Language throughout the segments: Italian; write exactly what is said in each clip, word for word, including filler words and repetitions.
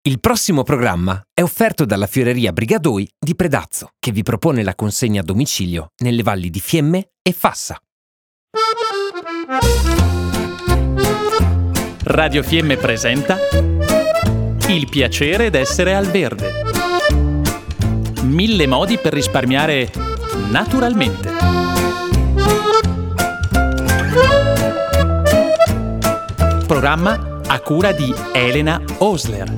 Il prossimo programma è offerto dalla Fioreria Brigadoi di Predazzo, che vi propone la consegna a domicilio nelle valli di Fiemme e Fassa. Radio Fiemme presenta Il piacere d'essere al verde. Mille modi per risparmiare naturalmente. Programma a cura di Elena Osler.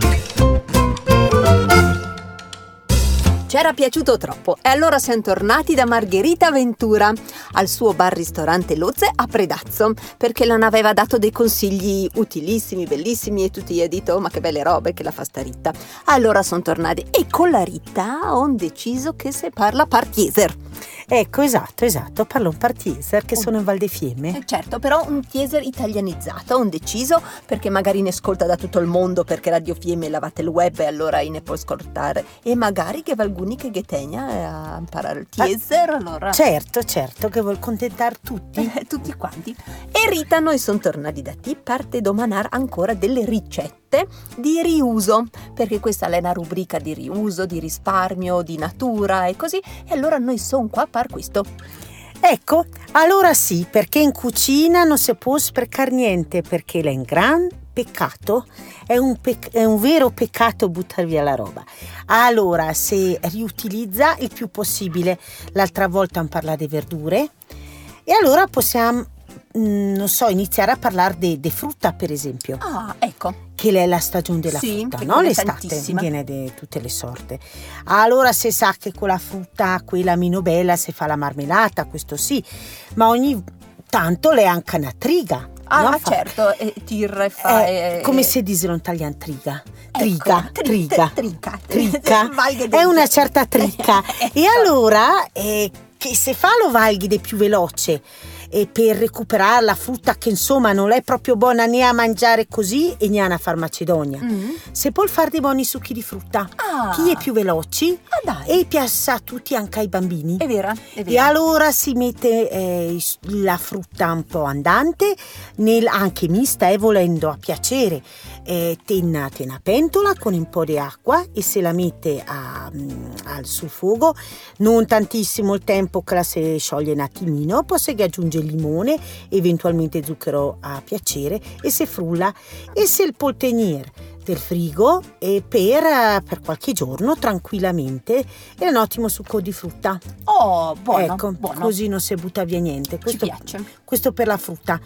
C'era piaciuto troppo e allora siamo tornati da Margherita Ventura al suo bar-ristorante Lozze a Predazzo, perché le aveva dato dei consigli utilissimi, bellissimi, e tutti gli hanno detto: oh, ma che belle robe che la fa sta Ritta. Allora sono tornati e con la Ritta ho deciso che se parla partieser. Ecco, esatto, esatto, parlo un partieser che sono in Val di Fiemme. Eh, certo, però un tieser italianizzato, ho deciso, perché magari ne ascolta da tutto il mondo, perché Radio Fiemme lavate il web e allora ne può ascoltare, e magari che valguni che Ghetegna a imparare il tieser, ah, allora... Certo, certo, che vuol contentare tutti. Eh, tutti quanti. E Rita, noi sono tornati da te, parte domanar ancora delle ricette di riuso, perché questa è una rubrica di riuso, di risparmio, di natura e così, e allora noi sono qua per questo. Ecco, allora sì, perché in cucina non si può sprecare niente, perché è un gran peccato, è un, pec- è un vero peccato buttare via la roba. Allora, se riutilizza il più possibile. L'altra volta hanno parlato di verdure, e allora possiamo, mh, non so, iniziare a parlare di frutta, per esempio. Ah, ecco. Che è la stagione della sì, frutta, no? L'estate viene di tutte le sorte. Allora si sa che con la frutta, quella meno bella, si fa la marmellata, questo sì, ma ogni tanto le anche una triga. Ah, no? certo, e tirre e fa... Eh, e... come si dice in italiano triga? Triga, Triga, triga, trica, trica, è una certa trica. E allora eh, che se fa lo valghi di più veloce, e per recuperare la frutta che insomma non è proprio buona né a mangiare così e né a far macedonia. Mm. Se può fare dei buoni succhi di frutta, ah. chi è più veloci, ah, dai. E piace a tutti, anche ai bambini. È vera, è vera. E allora si mette eh, la frutta un po' andante, nel, anche mista, e eh, volendo a piacere, eh, tenna una pentola con un po' di acqua e se la mette a, um, al sul fuoco, non tantissimo il tempo che la si scioglie un attimino, poi si aggiunge limone, eventualmente zucchero a piacere, e se frulla e se il può tenere del frigo e per, per qualche giorno tranquillamente. È un ottimo succo di frutta. Oh, buono, ecco, buono. Così non si butta via niente. Questo, ci piace. Questo per la frutta.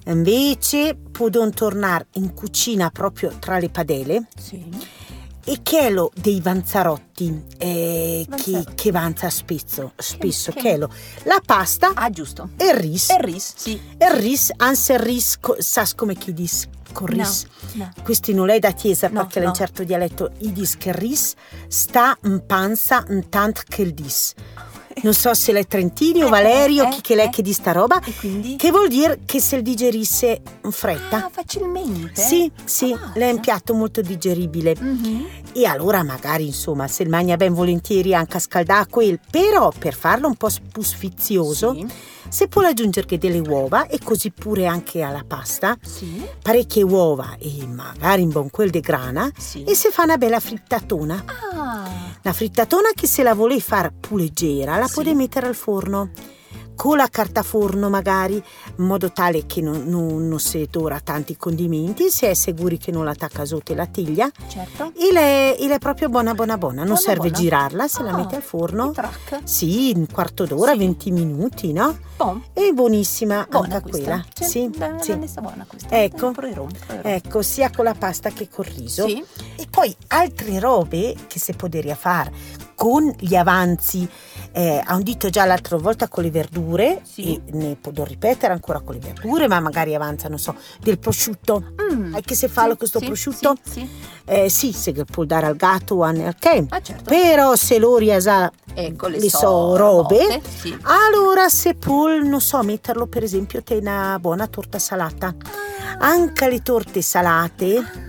Invece può tornare in cucina proprio tra le padelle. Sì. E chelo dei vanzarotti, eh, che, che vanza spesso, spesso che, chelo la pasta, ah giusto, e il ris, e il ris, sì, il ris, anzi il ris, sas come chi dis con ris, no, no. Questi non è da chiesa, no, perché no. in un certo dialetto i dis che il ris sta in panza in tant che il dis. Non so se l'è Trentini o Valerio, eh, chi che l'è eh. che di sta roba, e quindi? Che vuol dire che se il digerisse in fretta. Ah, facilmente? Sì, sì, ah, è un piatto molto digeribile. Mm-hmm. E allora magari, insomma, se il mangia ben volentieri anche a scaldare quel, però per farlo un po' più sfizioso, sì. Se può aggiungere delle uova, e così pure anche alla pasta, sì. Parecchie uova e magari un buon quel di grana, sì. E se fa una bella frittatona. Ah. Una frittatona che se la vuole fare più leggera la sì. può mettere al forno con la carta forno magari, in modo tale che non, non, non si dora tanti condimenti, se è sicuri che non la attacca sotto la teglia. Certo. E le, e le è proprio buona buona buona, non buona, serve buona. girarla, se ah, la mette al forno. Sì, un quarto d'ora, sì. venti minuti, no? Bon. È buonissima buona anche questa. quella. C'è, sì, da, sì. buona questa. Ecco, proverò, proverò. ecco, sia con la pasta che col riso. Sì. E poi altre robe che si potrebbe fare con gli avanzi. Eh, ho detto già l'altra volta con le verdure, sì. E ne posso ripetere ancora con le verdure, ma magari avanza, non so, del prosciutto. Mm. E che se fa sì, questo sì, prosciutto? Sì, sì. Eh, sì, se può dare al gatto o al cane. Ah, certo. Però se lo riasa ecco, le, le so, so robe, robe sì. Allora se può, non so, metterlo per esempio te una buona torta salata. Ah. Anche le torte salate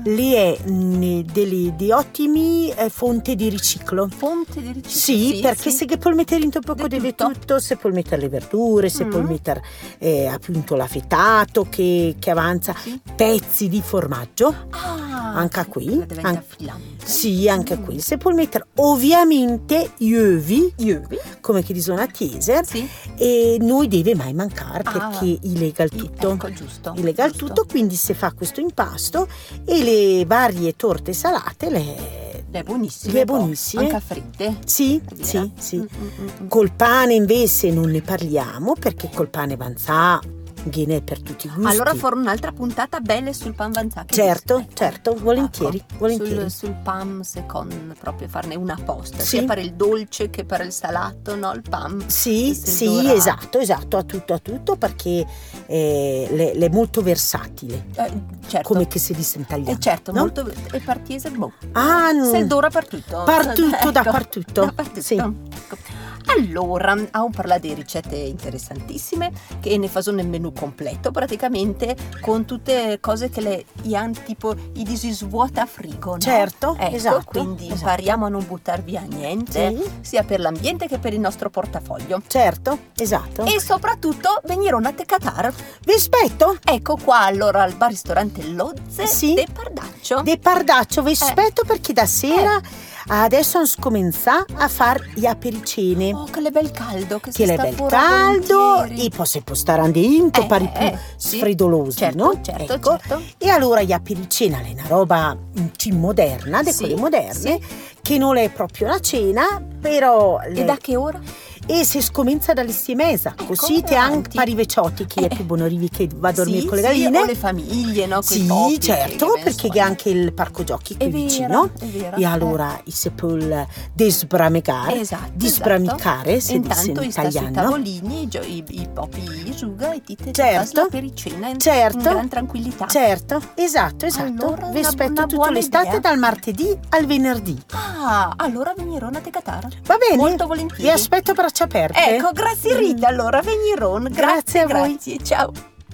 lì è mh, delle, di ottimi eh, fonti di riciclo. Fonte di riciclo? Sì, sì perché sì. se che puoi mettere in un poco Di di tutto? tutto, se puoi mettere le verdure, se Mm. puoi mettere eh, appunto l'affettato che, che avanza, Sì. pezzi di formaggio. Ah, Anche sì, qui, quello diventa an- filante. Sì, anche Mm. qui. Se puoi mettere ovviamente gli uovi, Gli uovi? come che dicono a Tieser, Sì. e non deve mai mancare Ah. perché i lega il I- tutto. Ecco, giusto. I lega il giusto. tutto, quindi si fa questo impasto e le varie torte salate le... Le buonissime. Le poi, buonissime. Anche a fritte. Sì, è vera? sì, sì. Mm, mm, mm. Col pane invece non ne parliamo perché col pane vanzà viene per tutti i gusti. Allora farò un'altra puntata belle sul pan vanzà. che Certo, dici? certo, volentieri, Ecco, volentieri. Sul, sul pan secon, proprio farne una apposta, Sì. sia per il dolce che per il salato, no? Il pan. Sì, se sì, dovrà- esatto, esatto, a tutto, a tutto perché eh, le, le è molto versatile, Eh, certo. come che si dice in italiano. Eh, certo, no? molto. E partiese, boh. Ah, no. Se dura per tutto. Partutto, Ecco, dappertutto. dappertutto. Sì. Ecco. Allora, abbiamo parlato di ricette interessantissime che ne fanno nel menù completo praticamente con tutte cose che le gli hanno tipo i disi svuota a frigo, no? Certo, Ecco, esatto, quindi esatto. impariamo a non buttar via niente, Sì. sia per l'ambiente che per il nostro portafoglio. Certo, esatto. E soprattutto venire a Tecatar. Vi aspetto. Ecco qua allora al bar ristorante Lozze Sì. de Pardaccio. De Pardaccio vi aspetto perché da sera adesso si comincia a fare gli apericene. Oh, che le bel caldo che, Che si è sta bel fuori caldo volentieri. e poi si può stare dentro Eh, per i più eh, sì. sfredolosi, Certo, no? certo, Ecco. certo. E allora gli apericena è una roba mm, sì, moderna, di Sì, quelle moderne, sì. che non è proprio una cena, però E le- da che ora? e si scomincia dalle stimesa, Ecco, così ti anche avanti. per i vecchiotti chi è Eh. più buonorivi che va a dormire Sì, con le sì, galline. o le famiglie, no? Coi Sì, topi, certo, che ben perché so. c'è anche il parco giochi qui È vero, vicino. è vero, E allora si può desbramicare, Esatto, disbramicare, esatto. si dice Intanto in sta sui italiano. tavolini i, gio- i, i popi Isuga e ti te Certo. la pericena in, Certo. in gran tranquillità. Certo, esatto, esatto. Allora, Vi una- aspetto una tutta buona l'estate idea. dal martedì al venerdì. Ah, allora venirò a Tecatar. Va bene? Molto volentieri. Vi aspetto a braccia aperte. Ecco, grazie Rita, allora venirò. Grazie, Grazie a voi. grazie, ciao.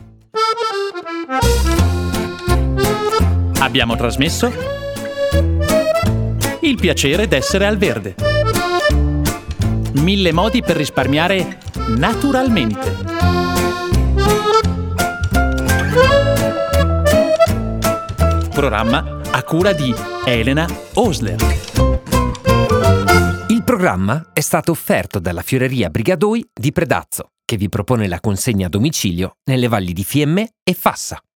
Abbiamo trasmesso Il piacere d'essere al verde. Mille modi per risparmiare naturalmente. Programma a cura di Elena Osler. Il programma è stato offerto dalla Fioreria Brigadoi di Predazzo, che vi propone la consegna a domicilio nelle valli di Fiemme e Fassa.